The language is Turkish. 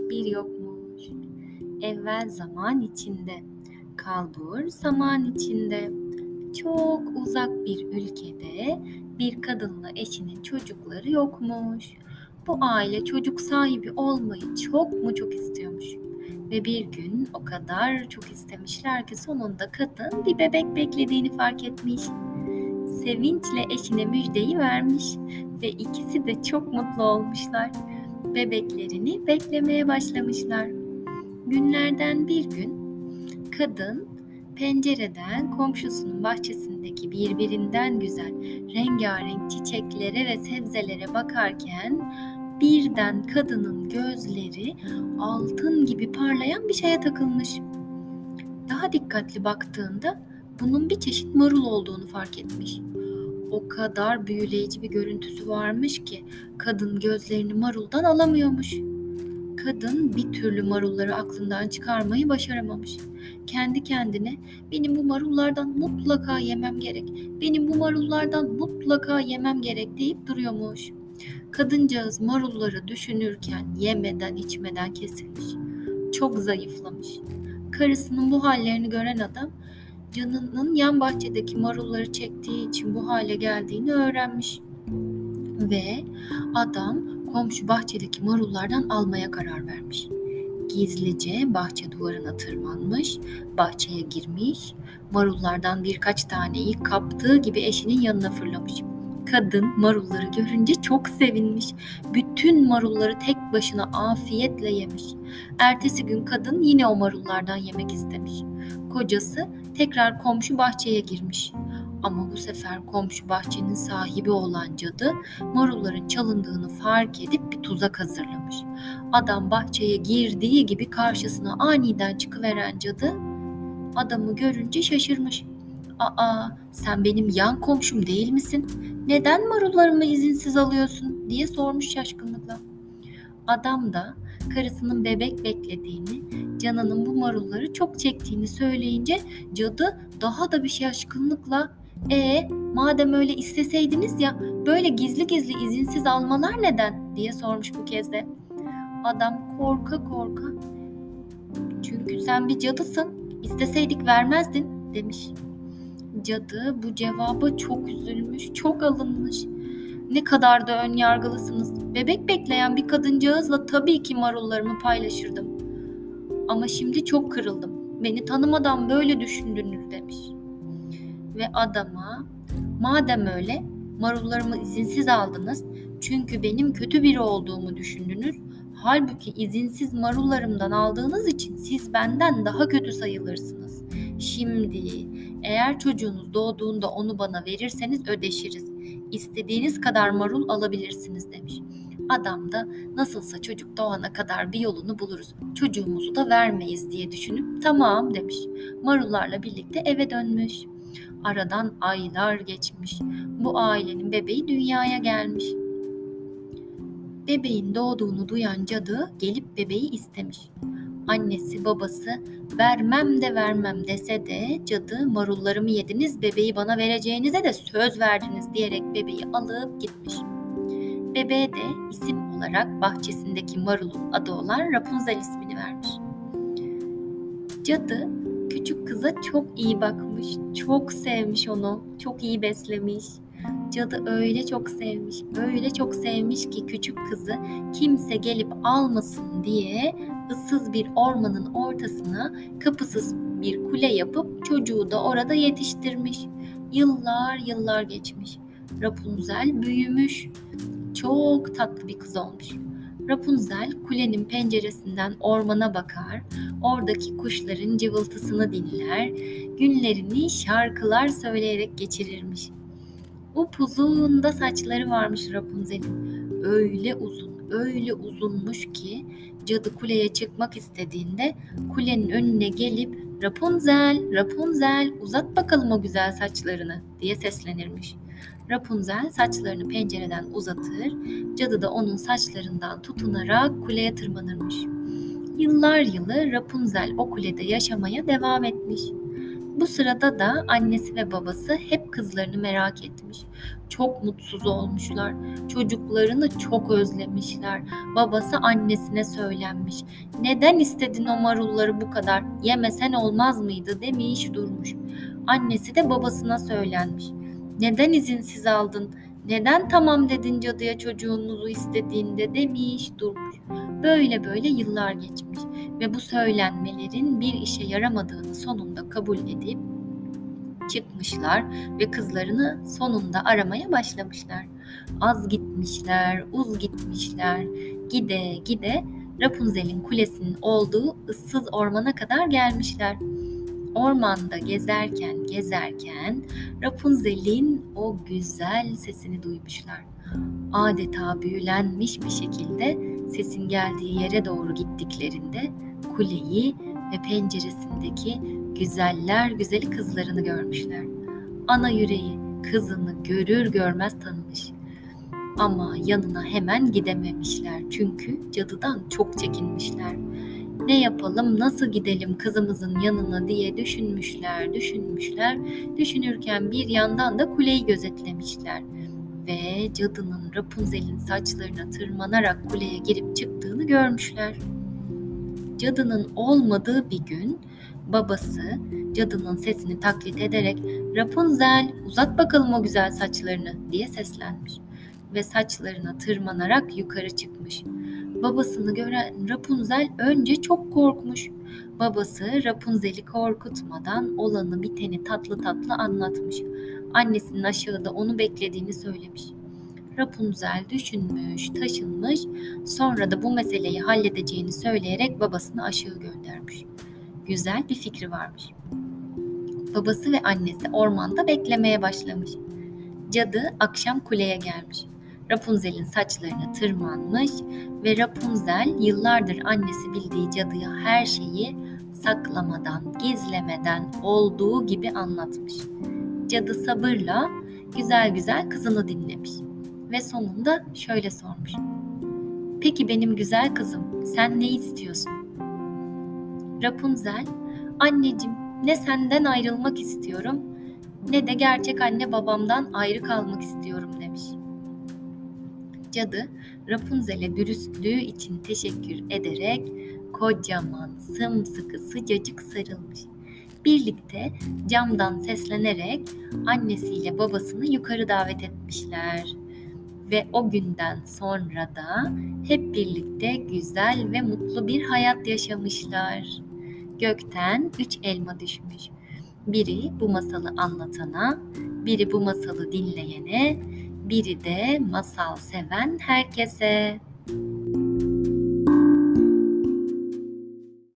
bir yokmuş. Evvel zaman içinde, kalbur zaman içinde, çok uzak bir ülkede bir kadınla eşinin çocukları yokmuş. Bu aile çocuk sahibi olmayı çok istiyormuş. Ve bir gün o kadar çok istemişler ki sonunda kadın bir bebek beklediğini fark etmiş. Sevinçle eşine müjdeyi vermiş ve ikisi de çok mutlu olmuşlar. Bebeklerini beklemeye başlamışlar. Günlerden bir gün kadın pencereden komşusunun bahçesindeki birbirinden güzel rengarenk çiçeklere ve sebzelere bakarken birden kadının gözleri altın gibi parlayan bir şeye takılmış. Daha dikkatli baktığında bunun bir çeşit marul olduğunu fark etmiş. O kadar büyüleyici bir görüntüsü varmış ki kadın gözlerini maruldan alamıyormuş. Kadın bir türlü marulları aklından çıkarmayı başaramamış. Kendi kendine benim bu marullardan mutlaka yemem gerek, benim bu marullardan mutlaka yemem gerek deyip duruyormuş. Kadıncağız marulları düşünürken yemeden içmeden kesilmiş. Çok zayıflamış. Karısının bu hallerini gören adam canının yan bahçedeki marulları çektiği için bu hale geldiğini öğrenmiş. Ve adam komşu bahçedeki marullardan almaya karar vermiş. Gizlice bahçe duvarına tırmanmış, bahçeye girmiş, marullardan birkaç taneyi kaptığı gibi eşinin yanına fırlamış. Kadın marulları görünce çok sevinmiş. Bütün marulları tek başına afiyetle yemiş. Ertesi gün kadın yine o marullardan yemek istemiş. Kocası tekrar komşu bahçeye girmiş. Ama bu sefer komşu bahçenin sahibi olan cadı marulların çalındığını fark edip bir tuzak hazırlamış. Adam bahçeye girdiği gibi karşısına aniden çıkıveren cadı adamı görünce şaşırmış. "Aa, sen benim yan komşum değil misin? Neden marullarımı izinsiz alıyorsun?" diye sormuş şaşkınlıkla. Adam da karısının bebek beklediğini, canının bu marulları çok çektiğini söyleyince cadı daha da bir şaşkınlıkla madem öyle isteseydiniz ya böyle gizli gizli izinsiz almalar neden diye sormuş bu kez de. Adam korka çünkü sen bir cadısın, isteseydik vermezdin demiş. Cadı bu cevaba çok üzülmüş, çok alınmış. Ne kadar da ön yargılısınız. Bebek bekleyen bir kadıncağızla tabii ki marullarımı paylaşırdım. Ama şimdi çok kırıldım. Beni tanımadan böyle düşündünüz demiş. Ve adama madem öyle marullarımı izinsiz aldınız çünkü benim kötü biri olduğumu düşündünüz. Halbuki izinsiz marullarımdan aldığınız için siz benden daha kötü sayılırsınız. Şimdi eğer çocuğunuz doğduğunda onu bana verirseniz ödeşiriz. İstediğiniz kadar marul alabilirsiniz demiş. Adam da nasılsa çocuk doğana kadar bir yolunu buluruz. Çocuğumuzu da vermeyiz diye düşünüp tamam demiş. Marullarla birlikte eve dönmüş. Aradan aylar geçmiş. Bu ailenin bebeği dünyaya gelmiş. Bebeğin doğduğunu duyan cadı gelip bebeği istemiş. Annesi babası vermem de vermem dese de cadı marullarımı yediniz bebeği bana vereceğinize de söz verdiniz diyerek bebeği alıp gitmiş. Bebeğe de isim olarak bahçesindeki marulun adı olan Rapunzel ismini vermiş. Cadı küçük kıza çok iyi bakmış, çok sevmiş onu, çok iyi beslemiş. Cadı öyle çok sevmiş ki küçük kızı kimse gelip almasın diye ıssız bir ormanın ortasına kapısız bir kule yapıp çocuğu da orada yetiştirmiş. Yıllar geçmiş. Rapunzel büyümüş, çok tatlı bir kız olmuş. Rapunzel kulenin penceresinden ormana bakar, oradaki kuşların cıvıltısını dinler, günlerini şarkılar söyleyerek geçirirmiş. Upuzun da saçları varmış Rapunzel'in. Öyle uzunmuş ki cadı kuleye çıkmak istediğinde kulenin önüne gelip Rapunzel uzat bakalım o güzel saçlarını diye seslenirmiş. Rapunzel saçlarını pencereden uzatır, cadı da onun saçlarından tutunarak kuleye tırmanırmış. Yıllar yılı Rapunzel o kulede yaşamaya devam etmiş. Bu sırada da annesi ve babası hep kızlarını merak etmiş. Çok mutsuz olmuşlar. Çocuklarını çok özlemişler. Babası annesine söylenmiş. Neden istedin o marulları bu kadar? Yemesen olmaz mıydı demiş durmuş. Annesi de babasına söylenmiş. Neden izinsiz aldın? Neden tamam dedin cadıya çocuğunuzu istediğinde demiş durmuş. Böyle böyle yıllar geçmiş ve bu söylenmelerin bir işe yaramadığını sonunda kabul edip çıkmışlar ve kızlarını sonunda aramaya başlamışlar. Az gitmişler, uz gitmişler, gide gide Rapunzel'in kulesinin olduğu ıssız ormana kadar gelmişler. Ormanda gezerken Rapunzel'in o güzel sesini duymuşlar. Adeta büyülenmiş bir şekilde sesin geldiği yere doğru gittiklerinde kuleyi ve penceresindeki güzeller güzeli kızlarını görmüşler. Ana yüreği kızını görür görmez tanımış. Ama yanına hemen gidememişler çünkü cadıdan çok çekinmişler. Ne yapalım, nasıl gidelim kızımızın yanına diye düşünmüşler. Düşünürken bir yandan da kuleyi gözetlemişler. Ve cadının Rapunzel'in saçlarına tırmanarak kuleye girip çıktığını görmüşler. Cadının olmadığı bir gün babası cadının sesini taklit ederek "Rapunzel, uzat bakalım o güzel saçlarını" diye seslenmiş ve saçlarına tırmanarak yukarı çıkmış. Babasını gören Rapunzel önce çok korkmuş. Babası Rapunzel'i korkutmadan olanı biteni tatlı tatlı anlatmış. Annesinin aşağıda onu beklediğini söylemiş. Rapunzel düşünmüş, taşınmış, sonra da bu meseleyi halledeceğini söyleyerek babasını aşağı göndermiş. Güzel bir fikri varmış. Babası ve annesi ormanda beklemeye başlamış. Cadı akşam kuleye gelmiş. Rapunzel'in saçlarını tırmanmış ve Rapunzel yıllardır annesi bildiği cadıya her şeyi saklamadan, gizlemeden olduğu gibi anlatmış. Cadı sabırla güzel güzel kızını dinlemiş ve sonunda şöyle sormuş. "Peki benim güzel kızım, sen ne istiyorsun?" Rapunzel, "Anneciğim, ne senden ayrılmak istiyorum ne de gerçek anne babamdan ayrı kalmak istiyorum" demiş. Cadı Rapunzel'e dürüstlüğü için teşekkür ederek kocaman, sımsıkı, sıcacık sarılmış. Birlikte camdan seslenerek annesiyle babasını yukarı davet etmişler. Ve o günden sonra da hep birlikte güzel ve mutlu bir hayat yaşamışlar. Gökten 3 elma düşmüş. Biri bu masalı anlatana, biri bu masalı dinleyene, biri de masal seven herkese.